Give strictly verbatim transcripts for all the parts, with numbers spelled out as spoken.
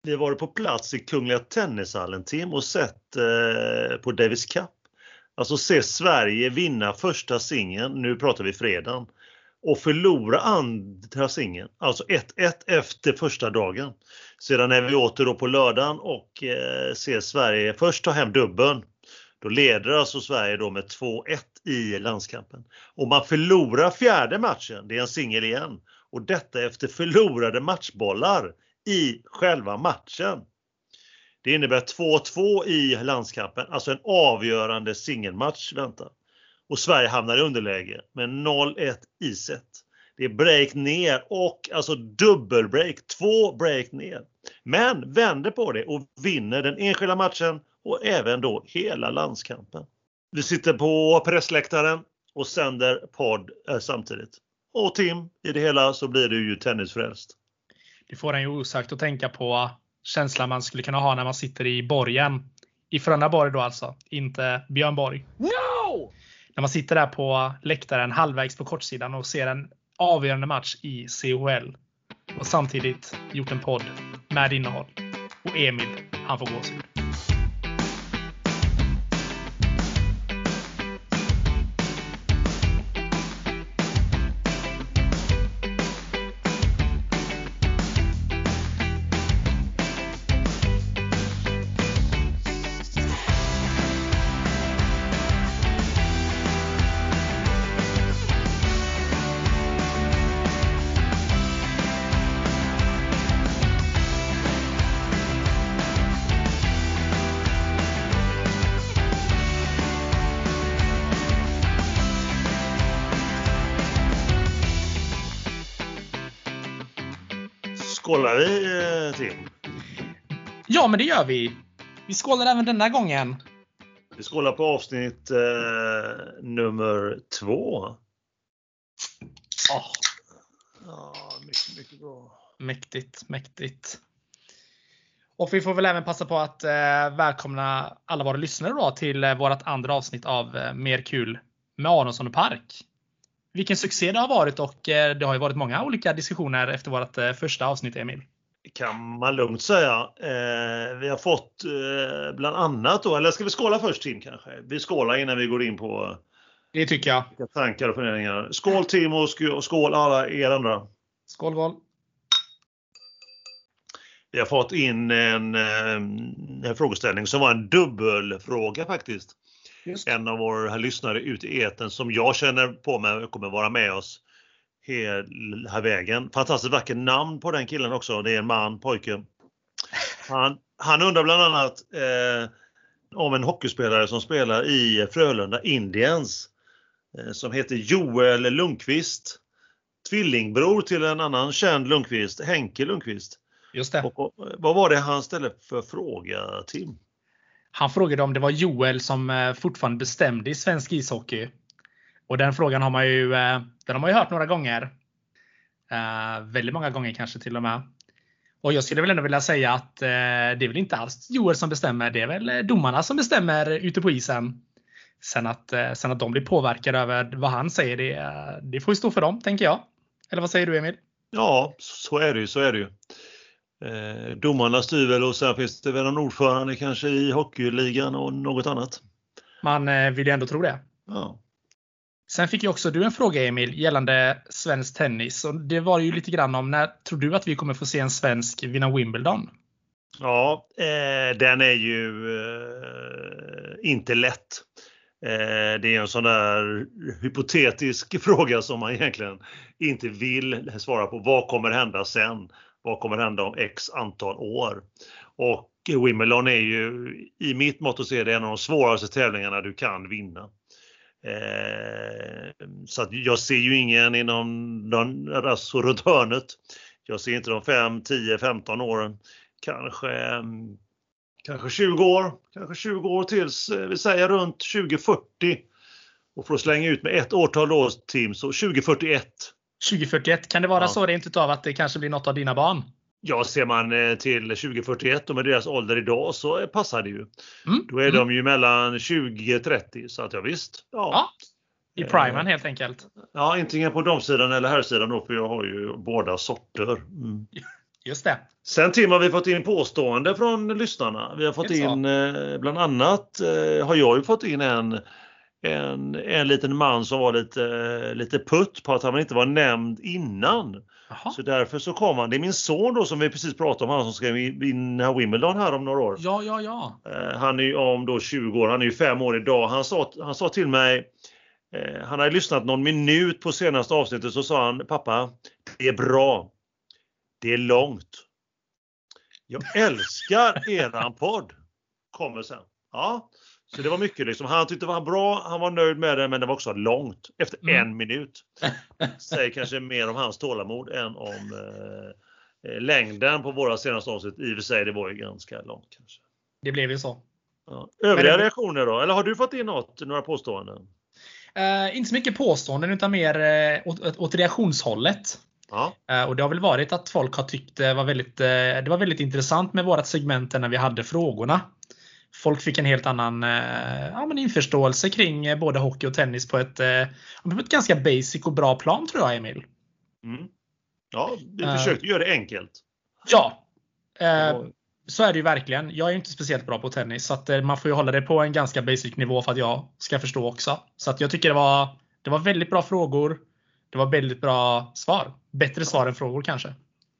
Vi har varit på plats i Kungliga Tennishallen, Tim, och sett eh, på Davis Cup. Alltså se Sverige vinna första singeln, nu pratar vi fredagen, och förlora andra singeln, alltså ett ett efter första dagen. Sedan är vi åter då på lördagen och eh, ser Sverige först ta hem dubbeln. Då leder alltså Sverige då med två ett i landskampen. Och man förlorar fjärde matchen, det är en singel igen. Och detta efter förlorade matchbollar i själva matchen. Det innebär två två i landskampen, alltså en avgörande singelmatch väntar. Och Sverige hamnar i underläge med noll ett i set. Det är break ner och alltså dubbelbreak, två break ner. Men vänder på det och vinner den enskilda matchen och även då hela landskampen. Vi sitter på pressläktaren och sänder podd eh, samtidigt. Och Tim, i det hela så blir det ju tennisfrälst. Det får en ju osagt att tänka på känslan man skulle kunna ha när man sitter i borgen. I Frölunda Borg då alltså, inte Björn Borg. No! När man sitter där på läktaren halvvägs på kortsidan och ser en avgörande match i C H L. Och samtidigt gjort en podd med innehåll. Och Emil, han får gåshud. Skålar vi, Tim? Ja, men det gör vi. Vi skålar även denna gången. Vi skålar på avsnitt eh, nummer två. Oh. Ja, mycket, mycket bra. Mäktigt, mäktigt. Och vi får väl även passa på att eh, välkomna alla våra lyssnare då till eh, vårt andra avsnitt av eh, Mer kul med Aronsson och Park. Vilken succé det har varit och eh, det har ju varit många olika diskussioner efter vårt eh, första avsnitt, Emil. Kan man lugnt säga. Eh, vi har fått eh, bland annat då, eller ska vi skåla först, Tim, kanske? Vi skålar innan vi går in på det tycker jag. Tankar och funderingar. Skål, Tim, och sk- och skål alla er andra. Skål, Val. Vi har fått in en, en frågeställning som var en dubbelfråga faktiskt. Just. En av våra lyssnare ute i eten som jag känner på mig kommer vara med oss hela vägen. Fantastiskt vacker namn på den killen också. Det är en man, pojke. Han, han undrar bland annat eh, om en hockeyspelare som spelar i Frölunda Indians eh, som heter Joel Lundqvist. Tvillingbror till en annan känd Lundqvist, Henke Lundqvist. Just det. Och, och, vad var det han ställde för fråga, Tim? Han frågade om det var Joel som fortfarande bestämde i svensk ishockey. Och den frågan har man ju, den har man ju hört några gånger. Uh, väldigt många gånger kanske till och med. Och jag skulle väl ändå vilja säga att uh, det är väl inte alls Joel som bestämmer. Det är väl domarna som bestämmer ute på isen. Sen att, uh, sen att de blir påverkade över vad han säger, det, uh, det får ju stå för dem, tänker jag. Eller vad säger du, Emil? Ja, så är det ju, så är det ju. Eh, domarna styr väl och sen finns det väl en ordförande kanske i hockeyligan och något annat. Man eh, vill ju ändå tro det. Ja. Sen fick ju också du en fråga, Emil, gällande svensk tennis. Och det var ju lite grann om när tror du att vi kommer få se en svensk vinna Wimbledon? Ja, eh, den är ju eh, inte lätt. Eh, det är en sån där hypotetisk fråga som man egentligen inte vill svara på. Vad kommer hända sen? Vad kommer hända om x antal år? Och Wimbledon är ju i mitt mått att se det en av de svåraste tävlingarna du kan vinna. Eh, så att jag ser ju ingen inom den, alltså runt hörnet. Jag ser inte de fem, tio, femton åren. Kanske, kanske tjugo år. Kanske tjugo år tills vi säger runt tjugo fyrtio. Och för att slänga ut med ett årtal då, Tim, så tjugo fyrtioett. tjugo fyrtioett, kan det vara Ja. Så rent utav att det kanske blir något av dina barn? Ja, ser man till tjugo fyrtioett och med deras ålder idag så passar det ju. Mm. Då är mm. de ju mellan tjugo och trettio, så att jag visst. Ja. ja, i primen helt enkelt. Ja, antingen på de sidan eller här sidan då, för jag har ju båda sorter. Mm. Just det. Sen Tim har vi fått in påstående från lyssnarna. Vi har fått in eh, bland annat eh, har jag ju fått in en En, en liten man som var lite, lite putt på att han inte var nämnd innan. Aha. Så därför så kom han. Det är min son då som vi precis pratade om. Han som ska vinna Wimbledon här om några år. Ja, ja, ja. Eh, han är ju om då tjugo år. Han är ju fem år idag. Han sa, han sa till mig. Eh, han hade lyssnat någon minut på senaste avsnittet. Så sa han: pappa, det är bra. Det är långt. Jag älskar eran podd. Kommer sen. Ja. Så det var mycket liksom. Han tyckte det var bra, han var nöjd med det, men det var också långt. Efter mm. en minut. Säger kanske mer om hans tålamod än om eh, längden på våra senaste avsnitt. I och för sig, det var ju ganska långt kanske. Det blev ju så. Ja. Övriga det... reaktioner då? Eller har du fått in något, några påståenden? Uh, inte så mycket påståenden utan mer uh, åt, åt reaktionshållet. Ja. Uh, och det har väl varit att folk har tyckt det var väldigt, uh, det var väldigt intressant med vårat segment när vi hade frågorna. Folk fick en helt annan uh, ja, men införståelse kring uh, både hockey och tennis på ett, uh, på ett ganska basic och bra plan, tror jag, Emil. Mm. Ja, vi försökte uh, göra det enkelt. Ja, uh, så är det ju verkligen. Jag är ju inte speciellt bra på tennis, så att uh, man får ju hålla det på en ganska basic nivå för att jag ska förstå också. Så att jag tycker det var, det var väldigt bra frågor. Det var väldigt bra svar. Bättre svar än frågor kanske.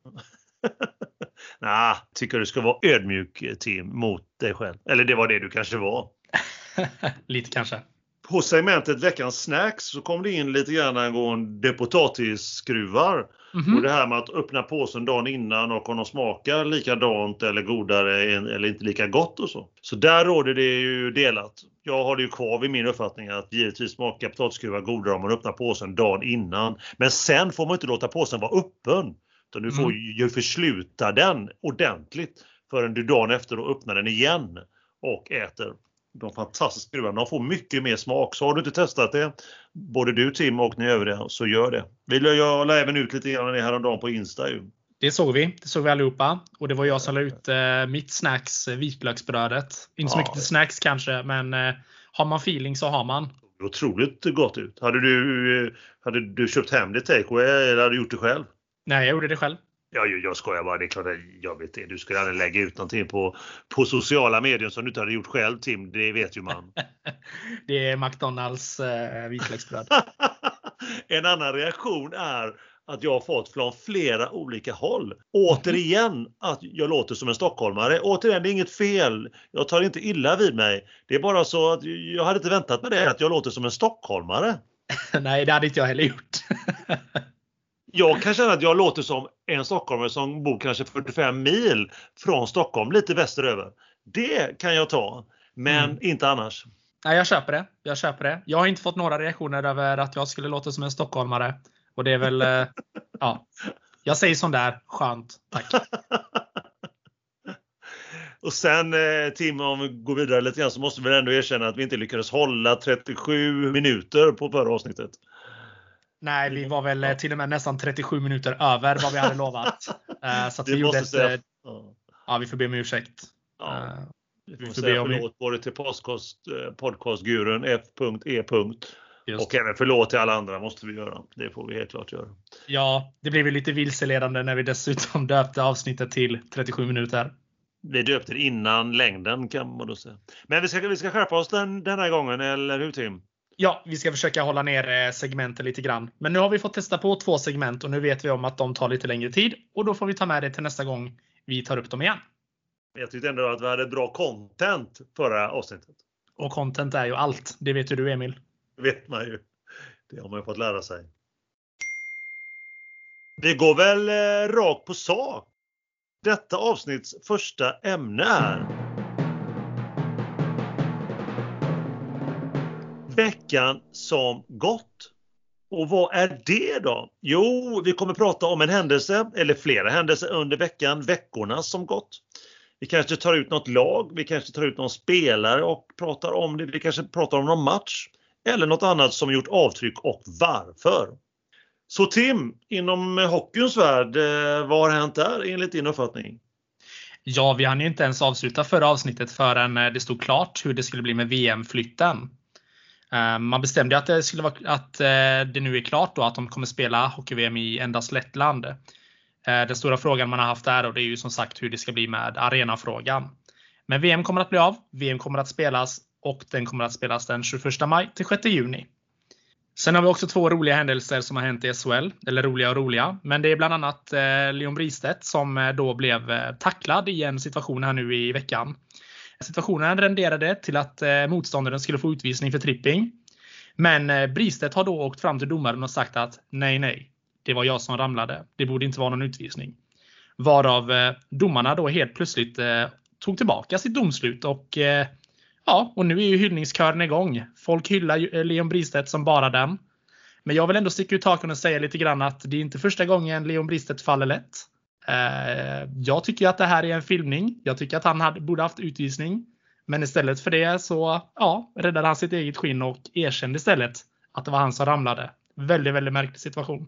Nej, tycker du ska vara ödmjuk, Tim, mot dig själv. Eller det var det du kanske var. Lite kanske. På segmentet Veckans Snacks så kom det in lite grann angående potatisskruvar. Mm-hmm. Och det här med att öppna påsen dagen innan och om de smakar likadant eller godare eller inte lika gott och så. Så där råder det ju delat. Jag har det ju kvar vid min uppfattning att givetvis smakar potatisskruvar godare om man öppnar påsen dagen innan. Men sen får man inte låta påsen vara öppen. Utan du får mm. ju försluta den ordentligt förrän du dagen efter då öppnar den igen och äter de fantastiska skruvarna. De får mycket mer smak. Så har du inte testat det, både du, Tim, och ni övriga, så gör det. Vill jag la även ut lite grann häromdagen på Insta ju. Det såg vi. Det såg vi allihopa. Och det var jag som la ut eh, mitt snacks, vitlöksbrödet. Inte så ja. mycket till snacks kanske, men eh, har man feeling så har man. Otroligt gott ut. Hade du, hade du köpt hem det takeaway eller hade du gjort det själv? Nej, jag gjorde det själv. Ja, jag skojar bara. Det är klart att jag vet det. Du skulle aldrig lägga ut någonting på, på sociala medier som du inte hade gjort själv, Tim. Det vet ju man. Det är McDonalds eh, vitlöksbröd. En annan reaktion är att jag har fått från flera olika håll. Återigen att jag låter som en stockholmare. Återigen, det är inget fel. Jag tar inte illa vid mig. Det är bara så att jag hade inte väntat med det, att jag låter som en stockholmare. Nej, det hade inte jag heller gjort. Jag kan känna att jag låter som en stockholmare som bor kanske fyrtiofem mil från Stockholm, lite västeröver. Det kan jag ta, men mm. inte annars. Nej, jag köper det. Jag köper det. Jag har inte fått några reaktioner över att jag skulle låta som en stockholmare. Och det är väl, eh, ja. Jag säger sån där, skönt, tack. Och sen, eh, Tim, om vi går vidare lite grann så måste vi ändå erkänna att vi inte lyckades hålla trettiosju minuter på förra avsnittet. Nej, vi var väl till och med nästan trettiosju minuter över vad vi hade lovat. Uh, så att vi gjorde ett, säga, ja. ja, vi får be om ursäkt. Ja. Uh, vi får, vi får be säga om förlåt både till podcast, podcastgurun F E. Just. Och även förlåt till alla andra måste vi göra. Det får vi helt klart göra. Ja, det blev ju lite vilseledande när vi dessutom döpte avsnittet till trettiosju minuter. Vi döpte det innan längden, kan man då säga. Men vi ska, vi ska skärpa oss den, den här gången, eller hur, Tim? Ja, vi ska försöka hålla ner segmenten lite grann. Men nu har vi fått testa på två segment och nu vet vi om att de tar lite längre tid. Och då får vi ta med det till nästa gång vi tar upp dem igen. Jag tyckte ändå att vi hade bra content förra avsnittet. Och content är ju allt. Det vet ju du, Emil. Det vet man ju. Det har man ju fått lära sig. Vi går väl eh, rakt på sak. Detta avsnitts första ämne är veckan som gått. Och vad är det då? Jo, vi kommer prata om en händelse eller flera händelser under veckan, veckorna som gått. Vi kanske tar ut något lag, vi kanske tar ut någon spelare och pratar om det. Vi kanske pratar om någon match eller något annat som gjort avtryck och varför. Så Tim, inom hockeyns värld, vad har hänt där enligt din uppfattning? Ja, vi hann ju inte ens avsluta förra avsnittet förrän det stod klart hur det skulle bli med V M-flytten. Man bestämde att det skulle vara att det nu är klart då att de kommer spela hockey-V M i endast Lettland. Den stora frågan man har haft där, och det är ju som sagt hur det ska bli med arenafrågan. Men V M kommer att bli av, V M kommer att spelas och den kommer att spelas den tjugoförsta maj till sjätte juni. Sen har vi också två roliga händelser som har hänt i S H L, eller roliga och roliga. Men det är bland annat eh, Leon Bristedt som eh, då blev eh, tacklad i en situation här nu i veckan. Situationen renderade till att eh, motståndaren skulle få utvisning för tripping. Men eh, Bristedt har då åkt fram till domaren och sagt att nej, nej, det var jag som ramlade. Det borde inte vara någon utvisning. Varav eh, domarna då helt plötsligt eh, tog tillbaka sitt domslut och eh, ja, och nu är ju hyllningskören igång. Folk hyllar Leon Bristedt som bara den. Men jag vill ändå sticka ut taken och säga lite grann att det är inte första gången Leon Bristedt faller lätt. Eh, jag tycker att det här är en filmning. Jag tycker att han hade, borde haft utvisning. Men istället för det så ja, räddade han sitt eget skinn och erkände istället att det var han som ramlade. Väldigt, väldigt märklig situation.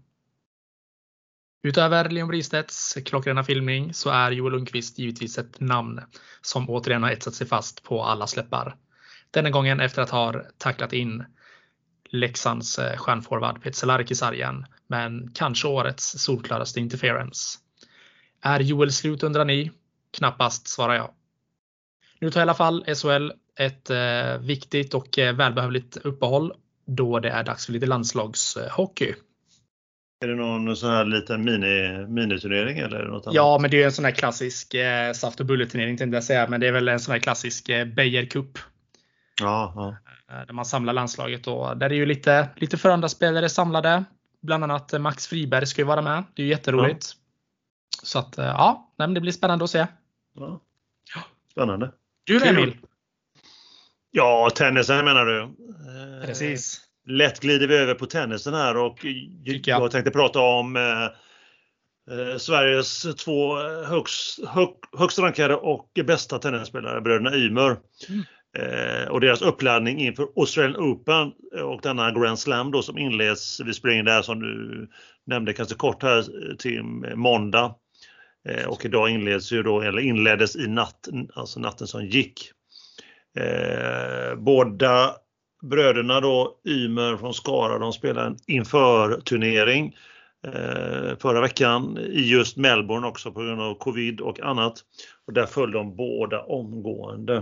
Utöver Leon Bristedts klockrena filmning så är Joel Lundqvist givetvis ett namn som återigen har etsat sig fast på alla släppar. Denna gången efter att ha tacklat in Leksands stjärnforward Peter Cehlarik i sargen, men kanske årets solklaraste interference. Är Joel slut undrar ni? Knappast, svarar jag. Nu tar i alla fall S H L ett eh, viktigt och eh, välbehövligt uppehåll då det är dags för lite landslagshockey. Är det någon sån här liten mini, miniturnering eller något annat? Ja, men det är en sån här klassisk eh, saft- och bulleturnering tänkte jag säga. Men det är väl en sån här klassisk eh, Beijer Cup. Ja, ja. Eh, där man samlar landslaget. Och där är ju lite, lite för andra spelare samlade. Bland annat eh, Max Friberg ska ju vara med. Det är ju jätteroligt. Ja. Så att eh, ja, nej, men det blir spännande att se. Ja. Spännande. Du då, Emil? Ja, tennisen menar du. Precis. Lätt glider vi över på tennisen här och jag, jag tänkte prata om eh, eh, Sveriges två högst, hög, högst rankade och bästa tennisspelare, bröderna Ymer. Mm. Eh, och deras uppladdning inför Australian Open och denna Grand Slam då som inleds vid springen där som du nämnde kanske kort här till måndag. Eh, och idag inleds ju då, eller inleddes i natt, alltså natten som gick. Eh, båda bröderna då, Ymer från Skara, de spelade en inför turnering eh, förra veckan i just Melbourne också på grund av covid och annat. Och där föll de båda omgående.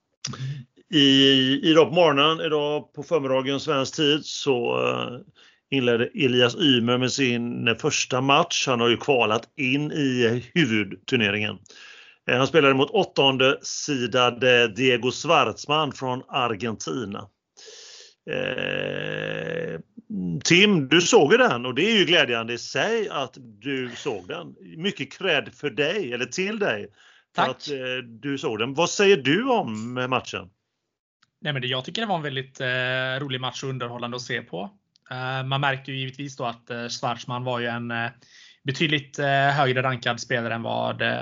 I, idag på morgonen, idag på förmiddagen svensk tid så eh, inledde Elias Ymer med sin första match. Han har ju kvalat in i huvudturneringen. Eh, han spelade mot åttonde sidade Diego Schwartzman från Argentina. Eh, Tim, du såg den och det är ju glädjande i sig att du såg den. Mycket cred för dig, eller till dig. För Tack. Att eh, du såg den. Vad säger du om matchen? Nej, men det, jag tycker det var en väldigt eh, rolig match och underhållande att se på. Eh, man märkte ju givetvis då att eh, Schwartzman var ju en eh, betydligt eh, högre rankad spelare än vad eh,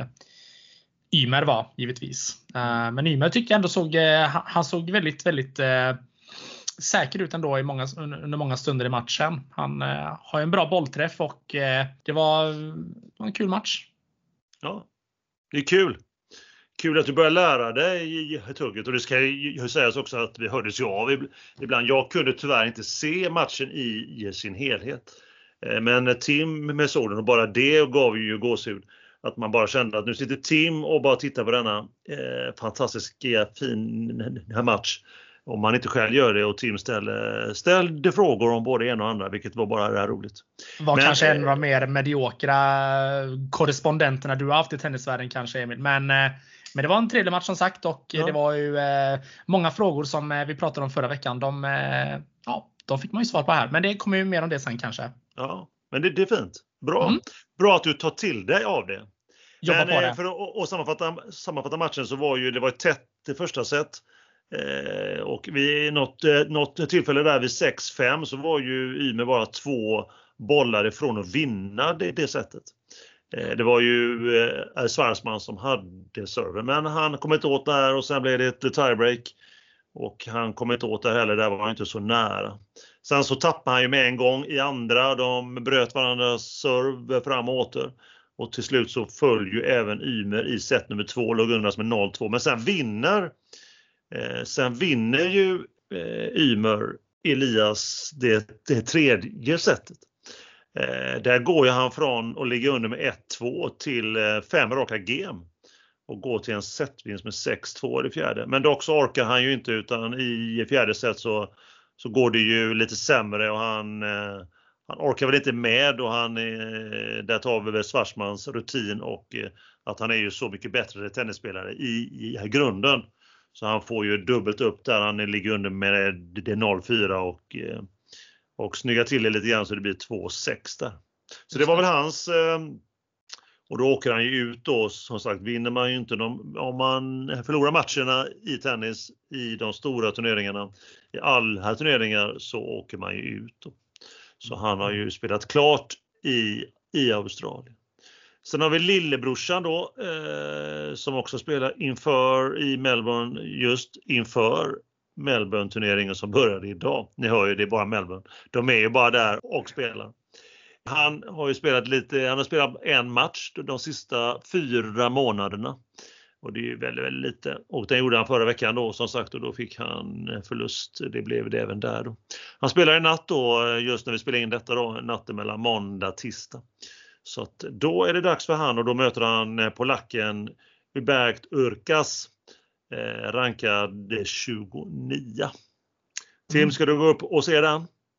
Ymer var givetvis. Eh, men Ymer tyckte jag ändå såg, eh, han såg väldigt, väldigt eh, säker ut ändå i många, under många stunder i matchen. Han eh, har en bra bollträff och eh, det var, det var en kul match. Ja, det är kul. Kul att du börjar lära dig i tugget. Och det ska ju sägas också att vi hördes ju av ibland. Jag kunde tyvärr inte se matchen i, i sin helhet. Men Tim med såg och bara det gav ju gåshud. Att man bara kände att nu sitter Tim och bara tittar på denna eh, fantastiska fina match. Om man inte själv gör det och Tim ställde, ställde frågor om både en och andra, vilket var bara det här roligt. Var men, kanske en av de mer mediokra korrespondenterna du har haft i tennisvärlden kanske, Emil. Men, men det var en trevlig match som sagt och ja. Det var ju eh, många frågor som eh, vi pratade om förra veckan. De, eh, ja, de fick man ju svar på här, men det kommer ju mer om det sen kanske. Ja, men det, det är fint. Bra. Mm. Bra att du tar till dig av det. Jobba men, på det. För att och sammanfatta, sammanfatta matchen så var ju det var ett tätt det första set. Eh, och vid något, något tillfälle där vid sex fem så var ju Ymer bara två bollar ifrån att vinna det, det sättet. Eh, det var ju eh, Schwartzman som hade serven, men han kom inte åt där och sen blev det ett tiebreak och han kom inte åt där heller, där var han inte så nära. Sen så tappade han ju med en gång i andra, de bröt varandras serve fram och åter. Och till slut så föll ju även Ymer i set nummer två, låg under med noll två. Men sen vinner eh, sen vinner ju eh, Ymer Elias det, det tredje setet. Eh, där går ju han från att ligga under med ett två till eh, fem raka game. Och går till en setvinst med sex två i fjärde. Men dock så orkar han ju inte, utan i fjärde set så, så går det ju lite sämre och han, eh, han orkar väl inte med, och han, eh, där tar vi väl Schwarzmans rutin och eh, att han är ju så mycket bättre tennisspelare i, i grunden. Så han får ju dubbelt upp där, han ligger under med det noll fyra och, eh, och snyggar till det lite grann så det blir två sex där. Så det var väl hans... Eh, Och då åker han ju ut då, som sagt, vinner man ju inte de, om man förlorar matcherna i tennis i de stora turneringarna, i alla turneringar, så åker man ju ut då. Så han har ju spelat klart i, i Australien. Sen har vi lillebrorsan då, eh, som också spelar inför i Melbourne, just inför Melbourne-turneringen som började idag. Ni hör ju, det är bara Melbourne. De är ju bara där och spelar. Han har ju spelat lite, han har spelat en match de sista fyra månaderna. Och det är ju väldigt, väldigt lite. Och den gjorde han förra veckan då, som sagt, och då fick han förlust. Det blev det även där då. Han spelar i natt då, just när vi spelar in detta då, natten mellan måndag och tisdag. Så att då är det dags för han, och då möter han polacken Hubert Urkas, eh, rankad tjugonio. Tim, Mm. ska du gå upp och se den?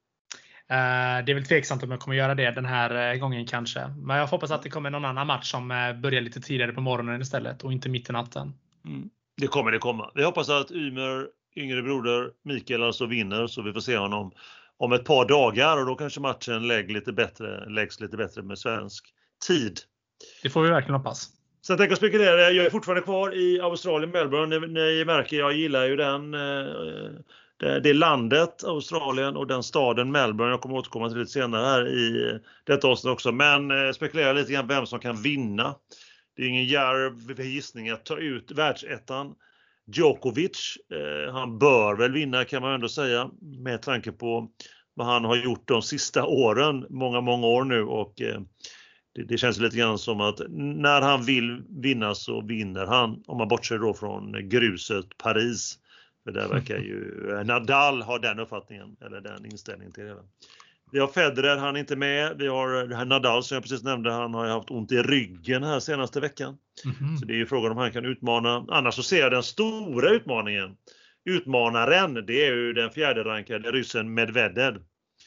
Uh, det är väl tveksamt om jag kommer göra det den här uh, gången kanske. Men jag hoppas att det kommer någon annan match som uh, börjar lite tidigare på morgonen istället och inte mitt i natten. Mm. Det kommer det komma. Vi hoppas att Ymer, yngre broder Mikael, alltså vinner, så vi får se honom om ett par dagar, och då kanske matchen läggs lite bättre, läggs lite bättre med svensk tid. Det får vi verkligen hoppas. Sen tänker jag spekulera, jag är fortfarande kvar i Australien, Melbourne. Ni, ni märker, jag gillar ju den, eh, det, det landet, Australien, och den staden Melbourne. Jag kommer återkomma till lite senare här i detta avsnitt också. Men eh, spekulera lite grann vem som kan vinna. Det är ingen djärv gissning att ta ut världsettan Djokovic. Eh, han bör väl vinna, kan man ändå säga, med tanke på vad han har gjort de sista åren, många, många år nu, och eh, det, det känns lite grann som att när han vill vinna så vinner han, om man bortser då från gruset Paris. För där verkar ju Nadal ha den uppfattningen, eller den inställningen till det. Vi har Federer, han är inte med. Vi har Nadal som jag precis nämnde, han har haft ont i ryggen här senaste veckan. Mm-hmm. Så det är ju frågan om han kan utmana. Annars så ser jag den stora utmaningen. Utmanaren, det är ju den fjärde rankade ryssen Medvedev.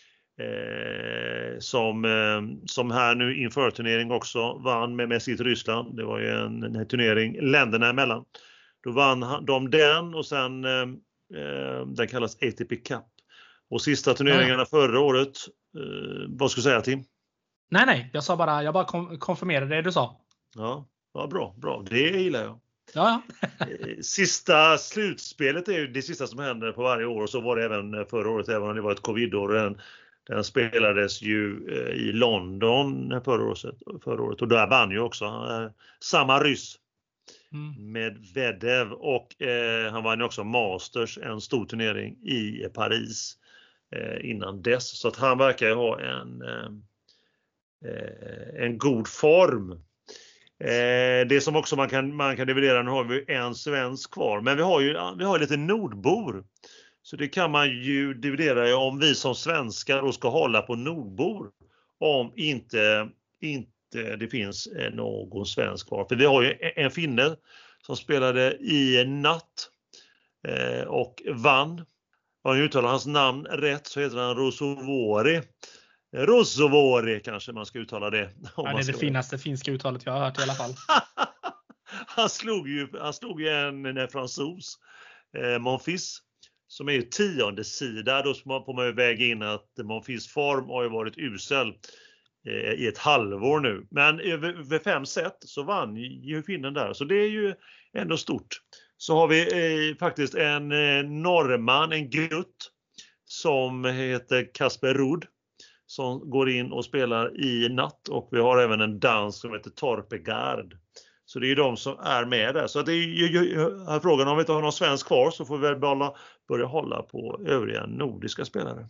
Eh, som, eh, som här nu inför turnering också vann med, med sitt Ryssland. Det var ju en, en turnering länderna emellan. Då vann de den, och sen eh, den kallas A T P Cup. Och sista turneringarna förra året, eh, vad ska du säga, Tim? Nej, nej, jag sa bara, jag bara kom, konfirmerade det du sa. Ja, ja, bra, bra. Det gillar jag. Ja. Sista slutspelet är ju det sista som händer på varje år, och så var det även förra året, även om det var ett covidår. Den, den spelades ju i London förra året, förra året och där vann ju också eh, samma ryss. Mm. Medvedev, och eh, han vann ju också Masters, en stor turnering i Paris eh, innan dess, så att han verkar ju ha en eh, en god form. Eh, det som också man kan man kan dividera, nu har vi en svensk kvar, men vi har ju vi har lite nordbor, så det kan man ju dividera om vi som svenskar och ska hålla på nordbor, om inte inte det finns någon svensk kvar. För vi har ju en finne som spelade i natt eh, och vann. Om jag uttalar hans namn rätt så heter han Rosovori. Rosovori kanske man ska uttala det. Ja, det är det finaste finska uttalet jag har hört i alla fall. han slog ju han slog ju en, en fransos, eh, Monfils, som är ju tionde sida. Då får man ju väga in att Monfils form har ju varit usel i ett halvår nu. Men över, över fem set så vann ju finnen där. Så det är ju ändå stort. Så har vi eh, faktiskt en eh, norrman, en gutt som heter Kasper Ruud, som går in och spelar i natt. Och vi har även en dansk som heter Torpe Gard. Så det är ju de som är med där. Så det är ju här frågan, om vi inte har någon svensk kvar så får vi väl bara börja hålla på övriga nordiska spelare.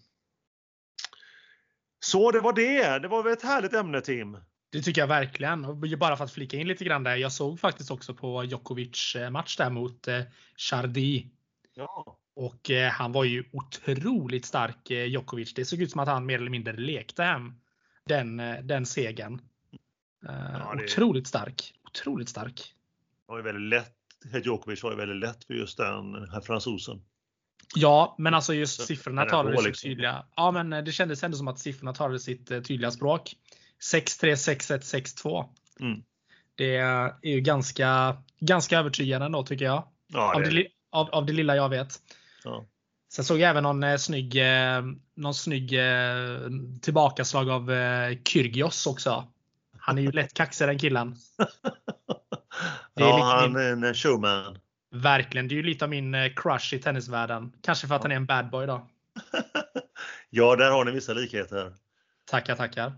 Så det var det. Det var väl ett härligt ämne, Tim. Det tycker jag verkligen. Och bara för att flika in lite grann där. Jag såg faktiskt också på Djokovic match där mot eh, Chardy. Ja. Och eh, han var ju otroligt stark, eh, Djokovic. Det såg ut som att han mer eller mindre lekte hem den, den segern. Ja, det... Otroligt stark. Otroligt stark. Det var ju väldigt lätt. Djokovic var ju väldigt lätt för just den här fransosen. Ja, men alltså just så, siffrorna talade sitt liksom. tydliga. Ja, men det kändes ändå som att siffrorna talade sitt tydliga språk. sex tre, sex ett, sex två. Mm. Det är ju ganska, ganska övertygande ändå, tycker jag. Ja, av, det det, av, av det lilla jag vet. Ja. Sen såg jag även någon eh, snygg, eh, någon snygg eh, tillbakaslag av eh, Kyrgios också. Han är ju lätt kaxig, den killen. Det är ja, lite han min, är en showman. Verkligen, det är ju lite av min eh, crush i tennisvärlden. Kanske för att ja. han är en bad boy då. Ja, där har ni vissa likheter. Tackar, tackar.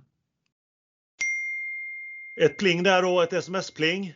Ett pling där då, ett sms-pling.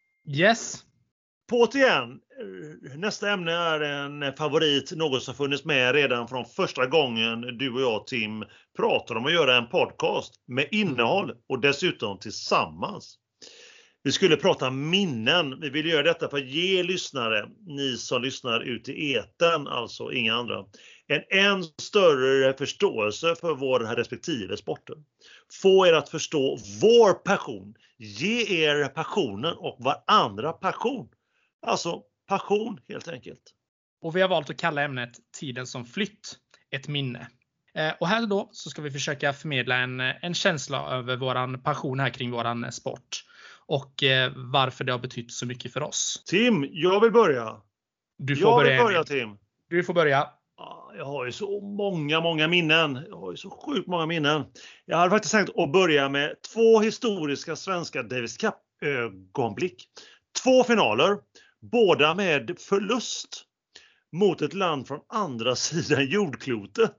Yes. På igen. Nästa ämne är en favorit, något som funnits med redan från första gången du och jag, Tim, pratar om att göra en podcast med innehåll och dessutom tillsammans. Vi skulle prata minnen. Vi vill göra detta för att ge lyssnare, ni som lyssnar ut i etern, alltså inga andra, en än större förståelse för våra respektive sporter. Få er att förstå vår passion. Ge er passionen och varandra passion. Alltså passion helt enkelt. Och vi har valt att kalla ämnet Tiden som flytt, ett minne. Och här då så ska vi försöka förmedla en, en känsla över våran passion här kring våran sport. Och eh, varför det har betytt så mycket för oss. Tim, jag vill börja. Du får jag börja, vill börja Tim. Du får börja. Jag har ju så många, många minnen. Jag har ju så sjukt många minnen. Jag hade faktiskt tänkt att börja med två historiska svenska Davis Cup-ögonblick. Två finaler, båda med förlust mot ett land från andra sidan jordklotet.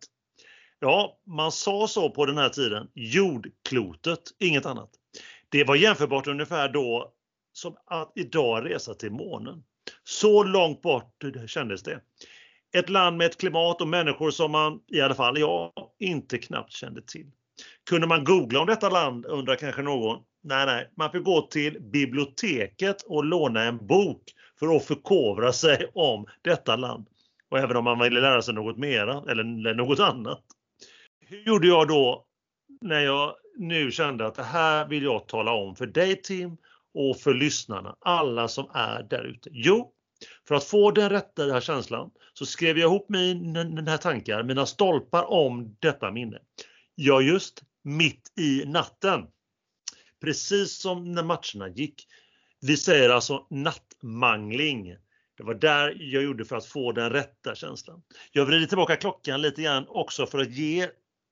Ja, man sa så på den här tiden. Jordklotet, inget annat. Det var jämförbart ungefär då som att idag resa till månen. Så långt bort kändes det. Ett land med ett klimat och människor som man, i alla fall jag, inte knappt kände till. Kunde man googla om detta land, undrar kanske någon. Nej, nej, man får gå till biblioteket och låna en bok för att förkovra sig om detta land. Och även om man ville lära sig något mera eller något annat. Hur gjorde jag då när jag nu kände att det här vill jag tala om för dig Tim och för lyssnarna, alla som är där ute? Jo, för att få den rätta här känslan så skrev jag ihop mina tankar, mina stolpar om detta minne. Ja, just mitt i natten. Precis som när matcherna gick. Vi säger alltså nattmangling. Det var där jag gjorde för att få den rätta känslan. Jag vrider tillbaka klockan lite grann också för att ge,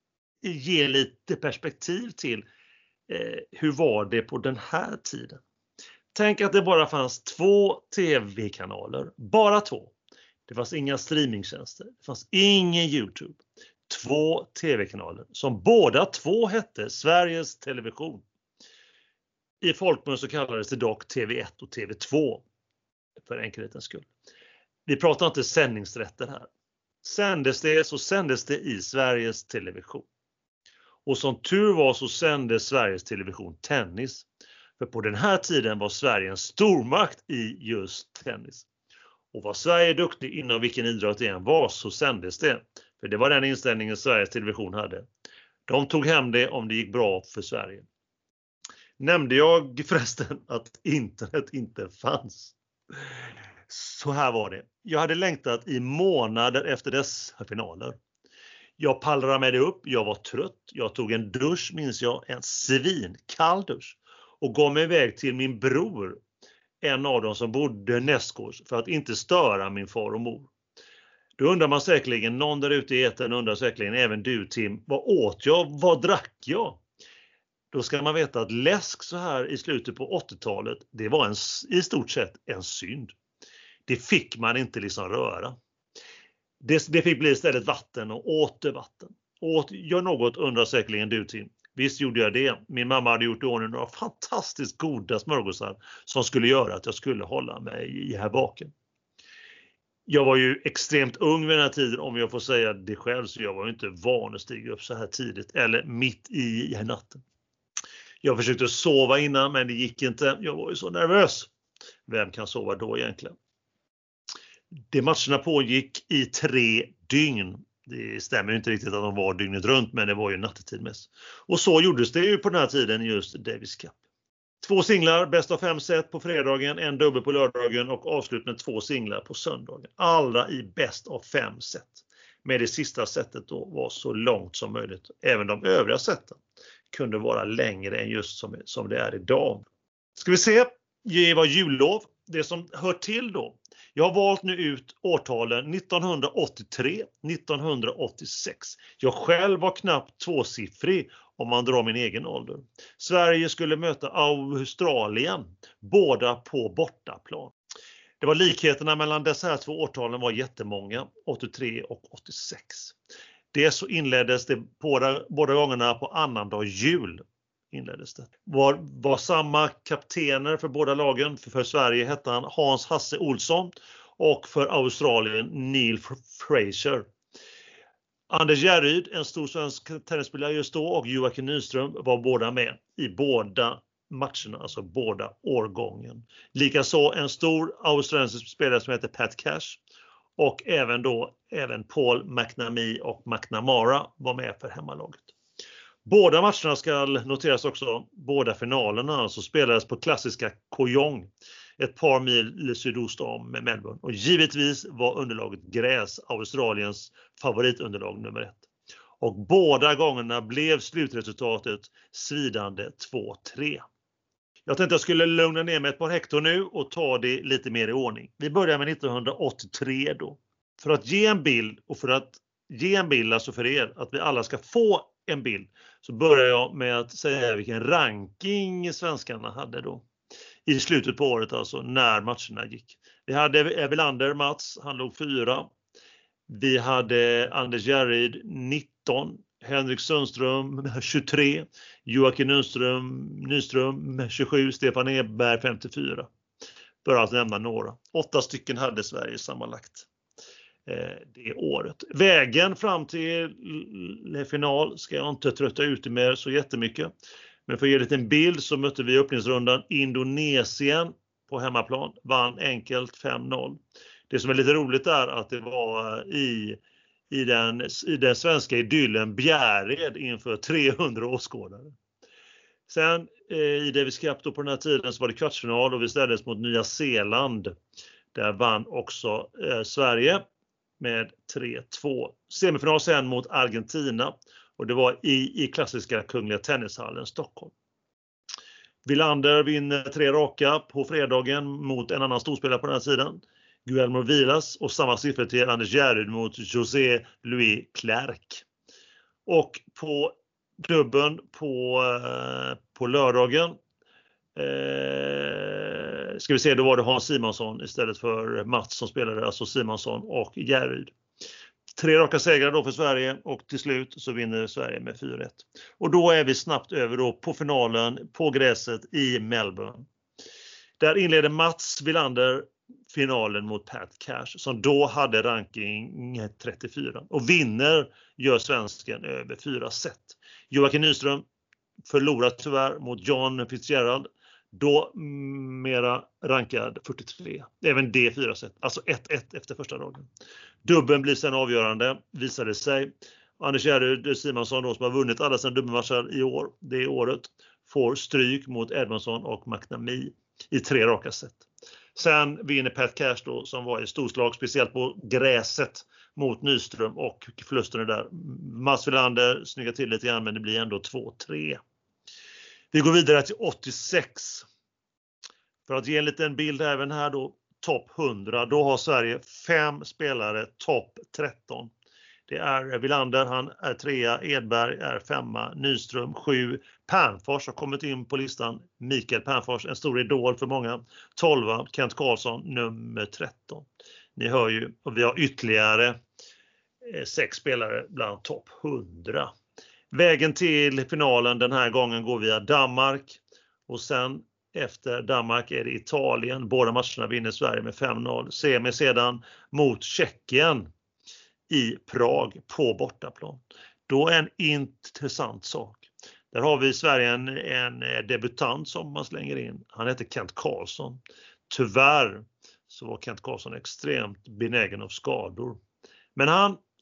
ge lite perspektiv till eh, hur var det på den här tiden. Tänk att det bara fanns två tv-kanaler. Bara två. Det fanns inga streamingtjänster. Det fanns ingen YouTube. Två tv-kanaler som båda två hette Sveriges Television. I folkmun så kallades det dock T V ett och T V två. För enkelhetens skull. Vi pratar inte sändningsrätter här. Sändes det så sändes det i Sveriges Television. Och som tur var så sände Sveriges Television tennis. För på den här tiden var Sverige en stormakt i just tennis. Och var Sverige duktig inom vilken idrott det än var så sändes det. För det var den inställningen Sveriges Television hade. De tog hem det om det gick bra för Sverige. Nämnde jag förresten att internet inte fanns? Så här var det. Jag hade längtat i månader efter dessa finaler. Jag pallrade med det upp, jag var trött. Jag tog en dusch, minns jag, en svinkall dusch. Och gav mig iväg till min bror, en av dem som bodde nästgårds, för att inte störa min far och mor. Då undrar man säkerligen, någon där ute i etern undrar säkerligen, även du Tim, vad åt jag, vad drack jag? Då ska man veta att läsk så här i slutet på åttiotalet, det var en, i stort sett en synd. Det fick man inte liksom röra. Det, det fick bli istället vatten och åter vatten. Åt jag något undrar säkerligen du Tim. Visst gjorde jag det. Min mamma hade gjort ordning några fantastiskt goda smörgåsar som skulle göra att jag skulle hålla mig i här baken. Jag var ju extremt ung vid den här tiden, om jag får säga det själv, så jag var ju inte van att stiga upp så här tidigt eller mitt i natten. Jag försökte sova innan men det gick inte. Jag var ju så nervös. Vem kan sova då egentligen? De matcherna pågick i tre dygn. Det stämmer inte riktigt att de var dygnet runt, men det var ju nattetid mest. Och så gjordes det ju på den här tiden i just Davis Cup. Två singlar, bäst av fem set på fredagen, en dubbel på lördagen och avslut med två singlar på söndagen. Alla i bäst av fem set. Med det sista setet då var så långt som möjligt. Även de övriga seten kunde vara längre än just som, som det är idag. Ska vi se, det var jullov. Det som hör till då. Jag har valt nu ut årtalen nittonhundraåttiotre nittonhundraåttiosex. Jag själv var knappt tvåsiffrig om man drar min egen ålder. Sverige skulle möta Australien, båda på bortaplan. Det var likheterna mellan dessa här två årtalen var jättemånga, åttiotre och åttiosex. Det så inleddes det båda, båda gångerna på annandag jul. Inleddes det. Var, var samma kaptener för båda lagen. För, för Sverige hette han Hans Hasse Olsson och för Australien Neil Fraser. Anders Järryd, en stor svensk tennisspelare just då, och Joakim Nyström var båda med i båda matcherna, alltså båda årgången. Likaså en stor australiensisk spelare som heter Pat Cash och även då även Paul McNamee och McNamara var med för hemmalaget. Båda matcherna ska noteras också, båda finalerna alltså spelades på klassiska Kooyong, ett par mil sydost om Melbourne. Och givetvis var underlaget gräs, Australiens favoritunderlag nummer ett. Och båda gångerna blev slutresultatet svidande två tre. Jag tänkte jag skulle lugna ner mig ett par hektar nu och ta det lite mer i ordning. Vi börjar med nittonhundraåttiotre då. För att ge en bild och för att ge en bild alltså för er, att vi alla ska få en bild, så börjar jag med att säga vilken ranking svenskarna hade då. I slutet på året alltså, när matcherna gick. Vi hade Evelander Mats, han låg fyra. Vi hade Anders Järryd nitton. Henrik Sundström tjugotre. Joakim Nyström, Nyström tjugosju. Stefan Edberg femtiofyra. Bör alltså nämna några. Åtta stycken hade Sverige sammanlagt det året. Vägen fram till final ska jag inte trötta ut med så jättemycket. Men för att ge en liten bild så mötte vi i öppningsrundan Indonesien på hemmaplan. Vann enkelt fem noll. Det som är lite roligt är att det var i, i, den, i den svenska idyllen Bjärred inför trehundra åskådare. Sen eh, i Davis Cup då på den här tiden så var det kvartsfinal och vi ställdes mot Nya Zeeland. Där vann också eh, Sverige med tre två. Semifinal sen mot Argentina. Och det var i, i klassiska Kungliga Tennishallen Stockholm. Wilander vinner tre raka på fredagen mot en annan storspelare på den här sidan. Guillermo Vilas, och samma siffror till Anders Järryd mot José Luis Clerc. Och på dubben på, eh, på lördagen eh, ska vi se, då var det Hans Simonsson istället för Mats som spelade, alltså Simonsson och Järryd. Tre raka segrar då för Sverige och till slut så vinner Sverige med fyra ett. Och då är vi snabbt över då på finalen på gräset i Melbourne. Där inleder Mats Wilander finalen mot Pat Cash som då hade ranking trettiofyra. Och vinner gör svensken över fyra set. Joakim Nyström förlorar tyvärr mot John Fitzgerald. Då mera rankad fyrtiotre. Även det fyra set. Alltså ett ett efter första dagen. Dubben blir sen avgörande, visade sig. Anders Järryd Simonsson då, som har vunnit alla sina dubbelmatcher i år, det året, får stryk mot Edmondson och McNamee i tre raka set. Sen vinner Pat Cash då, som var i storslag, speciellt på gräset mot Nyström, och förlusten är där. Mats Wilander snyggar till lite grann, men det blir ändå två tre. Vi går vidare till åttiosex. För att ge en liten bild även här då, topp hundra, då har Sverige fem spelare topp tretton. Det är Wilander, han är trea, Edberg är femma, Nyström sju, Pernfors har kommit in på listan, Mikael Pernfors, en stor idol för många, tolva, Kent Karlsson nummer tretton. Ni hör ju, och vi har ytterligare eh, sex spelare bland topp hundra. Vägen till finalen den här gången går via Danmark, och sen efter Danmark är det Italien. Båda matcherna vinner Sverige med fem noll. Semi sedan mot Tjeckien i Prag på bortaplan. Då är en intressant sak. Där har vi i Sverige en, en debutant som man slänger in. Han heter Kent Karlsson. Tyvärr så var Kent Karlsson extremt benägen av skador. Men han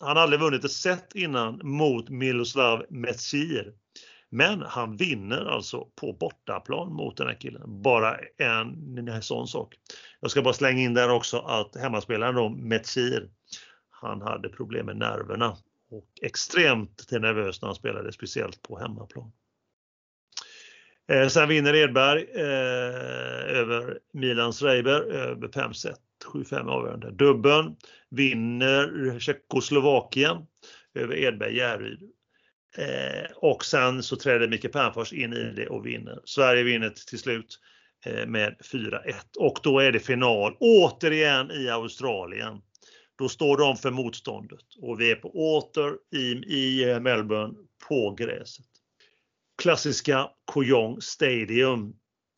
Han har aldrig vunnit ett set innan mot Miloslav Metsir. Men han vinner alltså på bortaplan mot den här killen. Bara en, en sån sak. Jag ska bara slänga in där också att hemmaspelaren då, Metsir, han hade problem med nerverna. Och extremt nervös när han spelade, speciellt på hemmaplan. Eh, sen vinner Edberg eh, över Milan Schreiber över fem set. sju fem avgörande. Dubben vinner Tjeckoslovakien över Edberg Järryd. Eh, och sen så träder Micke Pernfors in i det och vinner. Sverige vinner till slut eh, med fyra ett. Och då är det final återigen i Australien. Då står de för motståndet. Och vi är på åter i, i Melbourne på gräset. Klassiska Kooyong Stadium.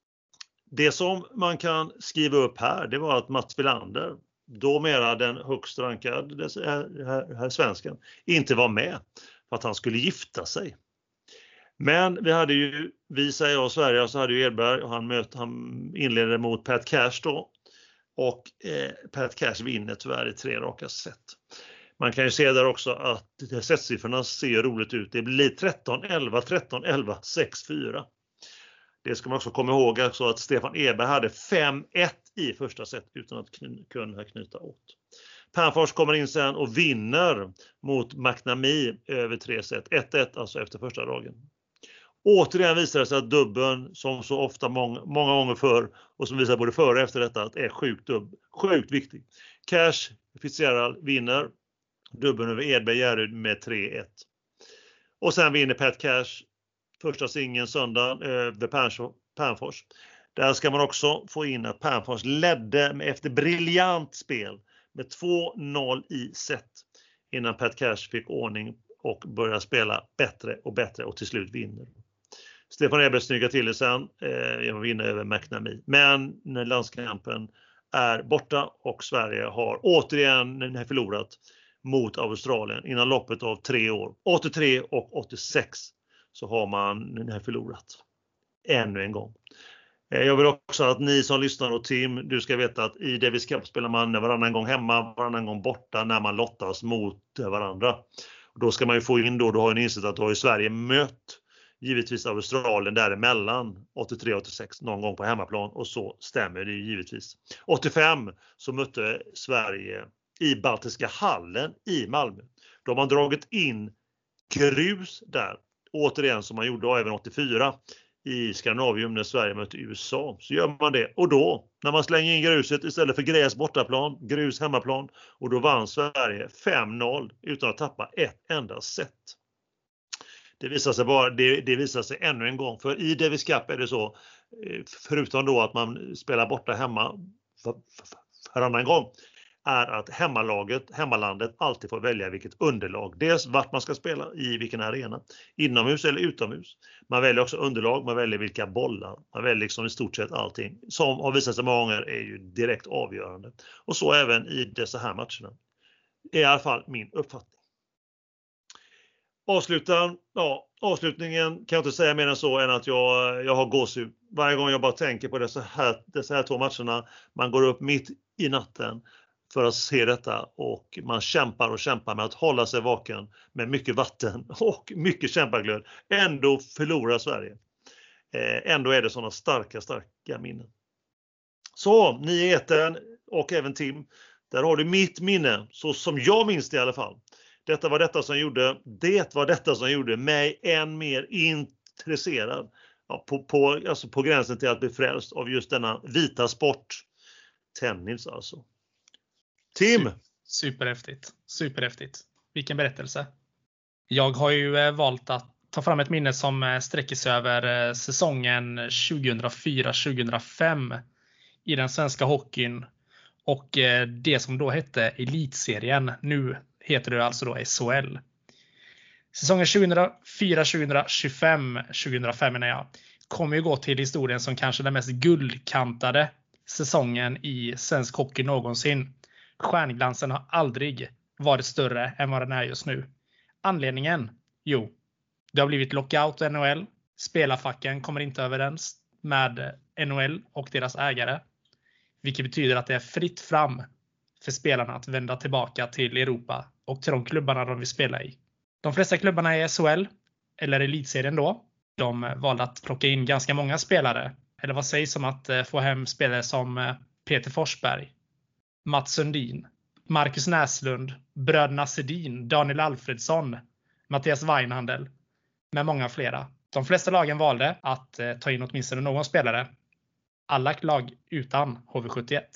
Det som man kan skriva upp här, det var att Mats Wilander, då mera den högst rankade här, här, här svensken, inte var med för att han skulle gifta sig. Men vi hade ju, vi säger jag och Sverige, så hade ju Edberg och han, möt, han inledde mot Pat Cash då. Och eh, Pat Cash vinner tyvärr i tre raka set. Man kan ju se där också att setsiffrorna ser roligt ut. Det blir tretton elva, tretton elva, sex fyra. Det ska man också komma ihåg alltså att Stefan Edberg hade fem ett i första set utan att kny- kunna knyta åt. Pernfors kommer in sen och vinner mot McNamee över tre set. ett ett alltså efter första dagen. Återigen visar det sig att dubben, som så ofta många, många gånger förr och som visar både före och efter detta, att är sjukt, dubb, sjukt viktig. Cash Fitzgerald vinner dubben över Edberg Järryd med tre ett. Och sen vinner Pat Cash första singeln söndagen över Pernfors. Där ska man också få in att Pernfors ledde med efter briljant spel med två noll i set innan Pat Cash fick ordning och började spela bättre och bättre och till slut vinner. Stefan Edberg snyggar till det sen eh, genom att vinna över McNamee. Men när landskampen är borta och Sverige har återigen förlorat mot Australien innan loppet av tre år. åttiotre och åttiosex så har man förlorat ännu en gång. Jag vill också att ni som lyssnar och Tim, du ska veta att i Davis Cup spelar man varannan gång hemma, varannan gång borta när man lottas mot varandra. Då ska man ju få in då, då har ni insett att då har ju Sverige mött givetvis Australien däremellan åttiotre åttiosex någon gång på hemmaplan och så stämmer det ju givetvis. åttiofem så mötte Sverige i Baltiska hallen i Malmö. Då har man dragit in grus där. Återigen som man gjorde även åttiofyra i Skandinavium när Sverige mötte U S A. Så gör man det. Och då, när man slänger in gruset istället för gräs bortaplan, grus hemmaplan. Och då vann Sverige fem noll utan att tappa ett enda set. Det visar sig bara, det, det visar sig ännu en gång. För i Davis Cup är det så, förutom då att man spelar borta hemma för, för, för annan gång, är att hemmalaget, hemmalandet alltid får välja vilket underlag. Dels vart man ska spela, i vilken arena. Inomhus eller utomhus. Man väljer också underlag, man väljer vilka bollar. Man väljer liksom i stort sett allting. Som har visat sig många gånger är ju direkt avgörande. Och så även i dessa här matcherna. Det är i alla fall min uppfattning. Avslutan, ja, avslutningen kan jag inte säga mer än så än att jag, jag har gåshud. Varje gång jag bara tänker på dessa här, dessa här två matcherna. Man går upp mitt i natten för att se detta och man kämpar och kämpar med att hålla sig vaken med mycket vatten och mycket kämpaglöd. Ändå förlorar Sverige. Eh, ändå är det sådana starka, starka minnen. Så, ni i etern och även Tim, där har du mitt minne, så som jag minns det i alla fall. Detta var detta som gjorde, det var detta som gjorde mig än mer intresserad. Ja, på, på, alltså på gränsen till att bli frälst av just denna vita sport. Tennis alltså. Tim! Superhäftigt. Superhäftigt. Vilken berättelse. Jag har ju valt att ta fram ett minne som sträcker sig över säsongen tjugohundrafyra tjugohundrafem i den svenska hockeyn. Och det som då hette Elitserien. Nu heter det alltså då S H L. Säsongen tjugohundrafyra tjugohundratjugofem tjugohundrafem menar jag, kommer ju gå till historien som kanske den mest guldkantade säsongen i svensk hockey någonsin. Stjärnglansen har aldrig varit större än vad den är just nu. Anledningen? Jo, det har blivit lockout i N H L. Spelarfacken kommer inte överens med N H L och deras ägare. Vilket betyder att det är fritt fram för spelarna att vända tillbaka till Europa och till de klubbarna de vill spela i. De flesta klubbarna i S H L, eller elitserien då, de valde att plocka in ganska många spelare. Eller vad sägs om att få hem spelare som Peter Forsberg, Mats Sundin, Marcus Näslund, bröderna Sedin, Daniel Alfredsson, Mattias Weinhandel med många flera. De flesta lagen valde att ta in åtminstone någon spelare. Alla lag utan H V sjuttioett.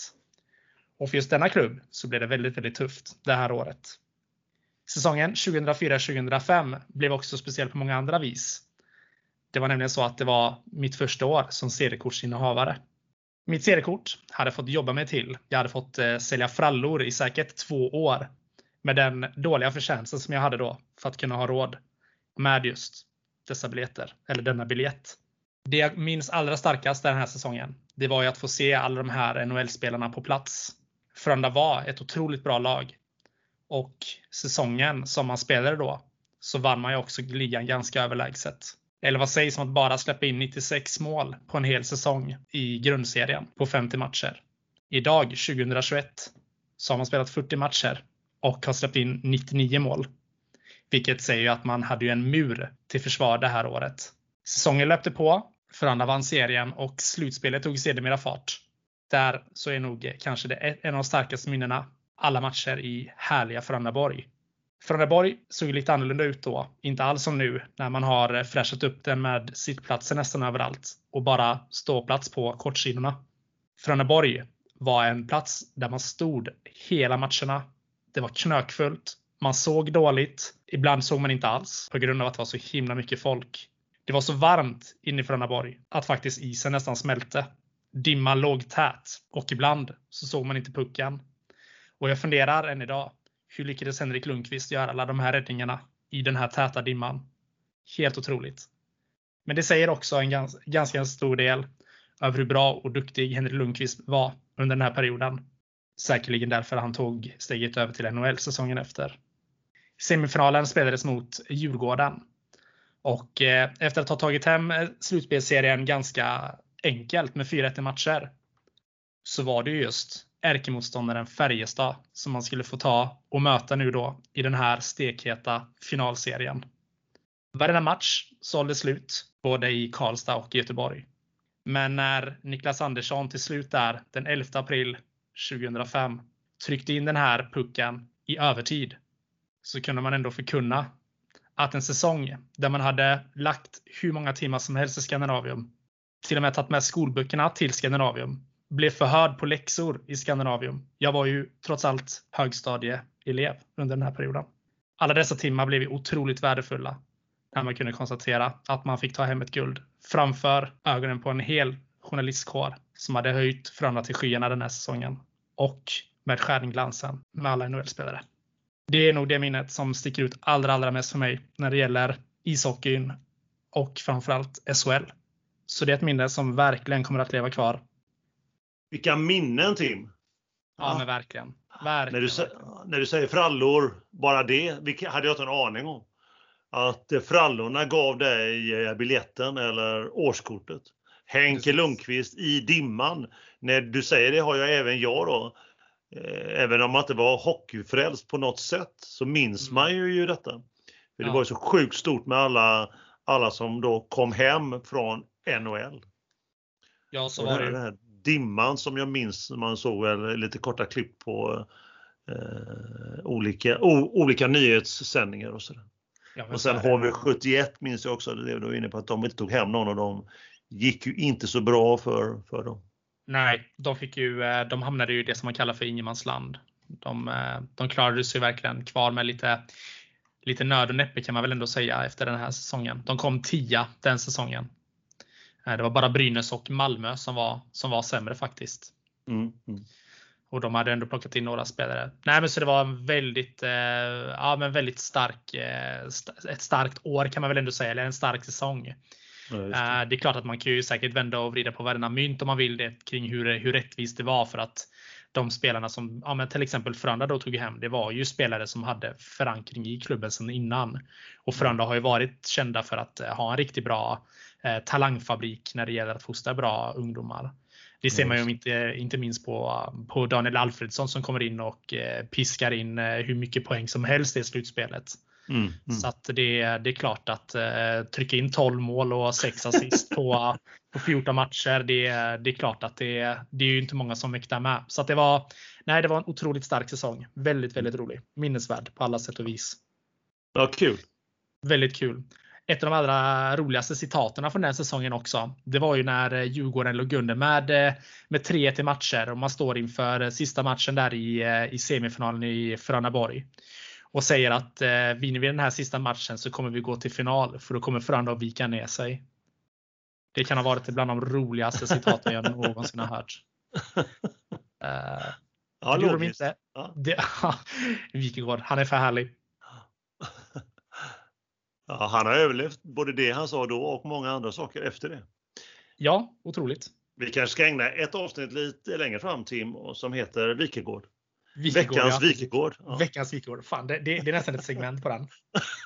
Och för just denna klubb så blev det väldigt, väldigt tufft det här året. Säsongen tjugohundrafyra tjugohundrafem blev också speciell på många andra vis. Det var nämligen så att det var mitt första år som seriekortsinnehavare. Mitt seriekort hade fått jobba mig till. Jag hade fått eh, sälja frallor i säkert två år. Med den dåliga förtjänsten som jag hade då. För att kunna ha råd med just dessa biljetter. Eller denna biljett. Det jag minns allra starkast den här säsongen. Det var ju att få se alla de här N H L-spelarna på plats. Frölunda var ett otroligt bra lag. Och säsongen som man spelade då. Så vann man ju också ligan ganska överlägset. Eller vad sägs om att bara släppa in nittiosex mål på en hel säsong i grundserien på femtio matcher. Idag, tjugohundratjugoett, så har man spelat fyrtio matcher och har släppt in nittionio mål. Vilket säger ju att man hade ju en mur till försvar det här året. Säsongen löpte på, Frölunda vann serien och slutspelet tog sedermera fart. Där så är nog kanske det en av de starkaste minnena alla matcher i härliga Frölundaborg. Frölundaborg såg lite annorlunda ut då. Inte alls som nu när man har fräschat upp den med sittplatser nästan överallt. Och bara ståplats på kortsidorna. Frölundaborg var en plats där man stod hela matcherna. Det var knökfullt. Man såg dåligt. Ibland såg man inte alls. På grund av att det var så himla mycket folk. Det var så varmt inne i Frölundaborg att faktiskt isen nästan smälte. Dimman låg tät. Och ibland så såg man inte pucken. Och jag funderar än idag. Hur lyckades Henrik Lundqvist göra alla de här räddningarna i den här täta dimman? Helt otroligt. Men det säger också en gans, ganska stor del över hur bra och duktig Henrik Lundqvist var under den här perioden. Säkerligen därför han tog steget över till N H L säsongen efter. Semifinalen spelades mot Djurgården. Och eh, efter att ha tagit hem slutspelserien ganska enkelt med fyra ett matcher. Så var det just ärkemotståndaren Färjestad som man skulle få ta och möta nu då i den här stekheta finalserien. Varje match sålde slut både i Karlstad och i Göteborg. Men när Niklas Andersson till slut där den elfte april tjugohundrafem tryckte in den här pucken i övertid så kunde man ändå förkunna att en säsong där man hade lagt hur många timmar som helst i Skandinavium, till och med tagit med skolböckerna till Skandinavium, blev förhörd på läxor i Skandinavium. Jag var ju trots allt högstadieelev under den här perioden. Alla dessa timmar blev ju otroligt värdefulla när man kunde konstatera att man fick ta hem ett guld framför ögonen på en hel journalistkår som hade höjt Frölunda till skyarna den här säsongen och med stjärnglansen med alla N H L-spelare. Det är nog det minnet som sticker ut allra, allra mest för mig när det gäller ishockeyn och framförallt S H L. Så det är ett minne som verkligen kommer att leva kvar. Vilka minnen, Tim. Ja, ja. Men verkligen. verkligen. När, du, när du säger frallor, bara det hade jag inte en aning om. Att frallorna gav dig biljetten eller årskortet. Henke Precis. Lundqvist i dimman. När du säger det har jag även jag då. Även om man inte var hockeyfrälst på något sätt så minns mm. man ju, ju detta. För det ja. var ju så sjukt stort med alla, alla som då kom hem från N H L. Ja, så var det. Den här dimman som jag minns man såg väl lite korta klipp på eh, olika, o, olika nyhetssändningar och sådär. Ja, och sen H V sjuttioett minns jag också, det var inne på att de inte tog hem någon och de gick ju inte så bra för, för dem. Nej, de fick ju, de hamnade ju i det som man kallar för ingenmansland. De, de klarade sig verkligen kvar med lite, lite nöd och näppe kan man väl ändå säga efter den här säsongen. De kom tia den säsongen. Det var bara Brynäs och Malmö som var, som var sämre faktiskt. Mm, mm. Och de hade ändå plockat in några spelare. Nej, men så det var en väldigt, eh, ja, men väldigt stark, eh, st- ett starkt år kan man väl ändå säga. Eller en stark säsong. Ja, det. Eh, det är klart att man kan ju säkert vända och vrida på varenda mynt om man vill det kring hur, hur rättvist det var. För att de spelarna som ja, men till exempel Frölunda då tog hem, det var ju spelare som hade förankring i klubben sedan innan. Och Frölunda har ju varit kända för att ha en riktigt bra eh, talangfabrik när det gäller att fostra bra ungdomar. Det ser man ju inte, inte minst på, på Daniel Alfredsson som kommer in och eh, piskar in eh, hur mycket poäng som helst i slutspelet. Mm, mm. Så att det, det är klart att eh, trycka in tolv mål och sex assist på, på fjorton matcher. Det, det är klart att det, det är ju inte många som mäktar med. Så att det var, nej, det var en otroligt stark säsong. Väldigt, väldigt rolig. Minnesvärd på alla sätt och vis. Ja, kul. Väldigt kul. Ett av de allra roligaste citaterna från den säsongen också. Det var ju när Djurgården låg under med, med tre till matcher. Och man står inför sista matchen där i, i semifinalen i Frönaborg. Och säger att eh, vinner vi den här sista matchen så kommer vi gå till final. För då kommer Frölunda att vika ner sig. Det kan ha varit bland de roligaste citaten jag någonsin har hört. Uh, ja, det gjorde de inte. inte. Ja. Det, Wikegård, han är för härlig. Ja, han har överlevt både det han sa då och många andra saker efter det. Ja, otroligt. Vi kanske ska ägna ett avsnitt lite längre fram, Tim, som heter Wikegård. Wikegård, Veckans ja. Wikegård. Ja. Veckans Wikegård. Fan, det, det, det är nästan ett segment på den.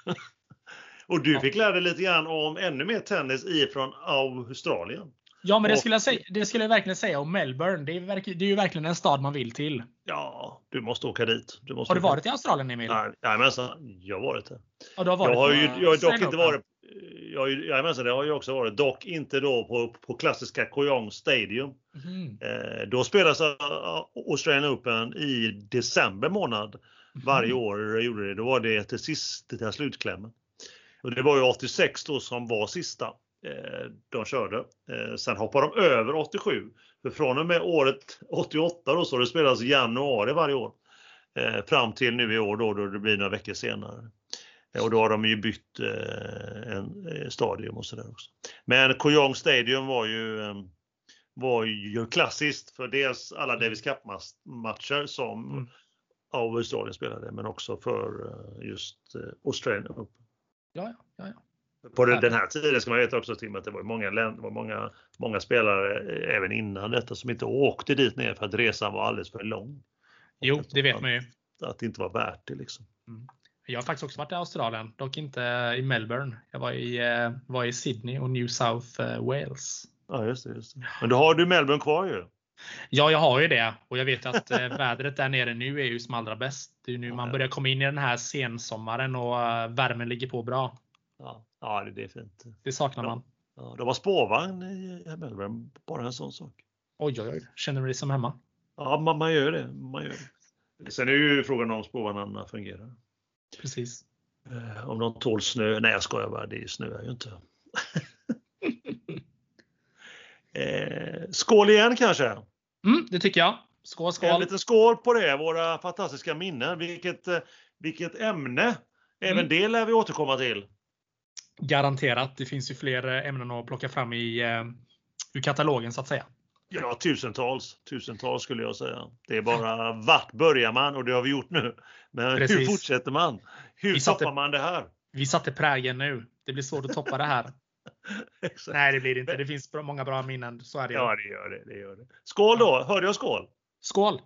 Och du fick lära dig lite grann om ännu mer tennis ifrån Australien. Ja, men det och, skulle, jag säga, det skulle jag verkligen säga om Melbourne. Det är, verk, det är ju verkligen en stad man vill till. Ja, du måste åka dit. Du måste har du åka. varit i Australien, Emil? Nej, nej men alltså, jag har varit där. Ja, du har varit jag har på, ju jag har dock inte varit jag, jag men, det har jag också varit, dock inte då på, på klassiska Kooyong Stadium. Mm. Eh, då spelas Australian Open i december månad varje år. Gjorde det. Då var det till sist till den slutklämmen. Och det var ju åttiosex då som var sista eh, de körde. Eh, sen hoppar de över åttiosju. För från och med året åttioåtta då så det spelas i januari varje år. Eh, fram till nu i år då, då det blir några veckor senare. Eh, och då har de ju bytt eh, en eh, stadium och sådär också. Men Kooyong Stadium var ju eh, var ju klassiskt för dels alla Davis Cup-matcher som mm. Australien spelade, men också för uh, just uh, Australian Open. Ja, ja, ja. På den, den här tiden ska man veta också, Tim, att det var många, länder, var många, många spelare även innan detta som inte åkte dit ner för att resan var alldeles för lång. Jo, det vet man ju. Att, att det inte var värt det liksom. Mm. Jag har faktiskt också varit i Australien, dock inte i Melbourne. Jag var i, var i Sydney och New South Wales. Ja, just det, just det. Men då har du Melbourne kvar ju. Ja, jag har ju det. Och jag vet att eh, vädret där nere nu är ju som allra bäst. Det är nu man börjar komma in i den här sensommaren och uh, värmen ligger på bra. Ja, ja det är fint. Det saknar man. Ja, de har spårvagn i Melbourne, bara en sån sak. Oj, oj, oj. Känner du dig som hemma? Ja, man, man gör det. Man gör det. Sen är ju frågan om spårvagnarna fungerar. Precis. Eh, om de tål snö. Nej, jag skojar bara. Det snöar ju inte. Eh, skål igen kanske? Mm, det tycker jag. Skål, skål. En liten skål på det, våra fantastiska minnen. Vilket, vilket ämne. Även mm. det lär vi återkomma till. Garanterat. Det finns ju fler ämnen att plocka fram i, ur katalogen så att säga. Ja, tusentals. Tusentals skulle jag säga. Det är bara vart börjar man, och det har vi gjort nu. Men Precis. Hur fortsätter man? Hur vi satte, toppar man det här? Vi satte prägen nu. Det blir svårt att toppa det här. Nej, det blir det inte. Det finns många bra minnen. Så är det. Ja, det gör det. det, gör det. Skål då. Hörde jag skål? Skål.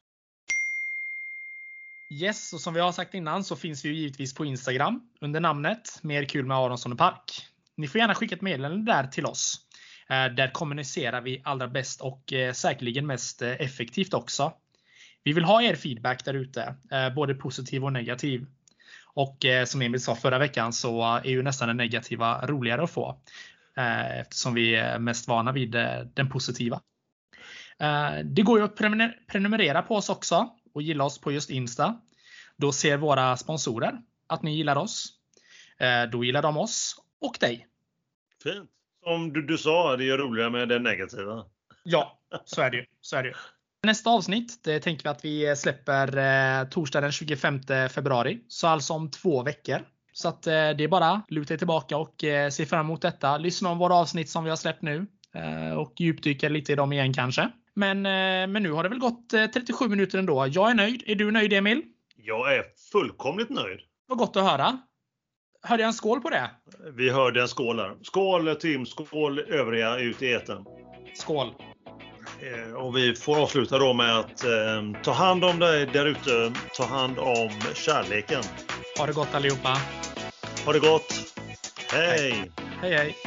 Yes, och som vi har sagt innan så finns vi ju givetvis på Instagram under namnet Mer kul med Aronsson och Park. Ni får gärna skicka ett meddelande där till oss. Där kommunicerar vi allra bäst och säkerligen mest effektivt också. Vi vill ha er feedback där ute, både positiv och negativ. Och eh, som Emil sa förra veckan så är ju nästan den negativa roligare att få. Eh, eftersom vi är mest vana vid eh, den positiva. Eh, det går ju att prenumer- prenumerera på oss också och gilla oss på just Insta. Då ser våra sponsorer att ni gillar oss. Eh, då gillar de oss och dig. Fint. Som du, du sa, det är roligare med den negativa. Ja, så är det ju. Så är det ju. Nästa avsnitt, det tänker vi att vi släpper eh, torsdag den tjugofemte februari. Så alltså om två veckor. Så att eh, det är bara luta er tillbaka och eh, se fram emot detta. Lyssna om våra avsnitt som vi har släppt nu. Eh, och djupdyka lite i dem igen kanske. Men, eh, men nu har det väl gått eh, trettiosju minuter ändå. Jag är nöjd. Är du nöjd, Emil? Jag är fullkomligt nöjd. Vad gott att höra. Hörde jag en skål på det? Vi hörde en skål där. Skål Tim, skål övriga ut i eten. Skål. Och vi får avsluta då med att eh, ta hand om dig där ute. Ta hand om kärleken. Ha det gott allihopa. Ha det gott. Hej. Hej hej. hej.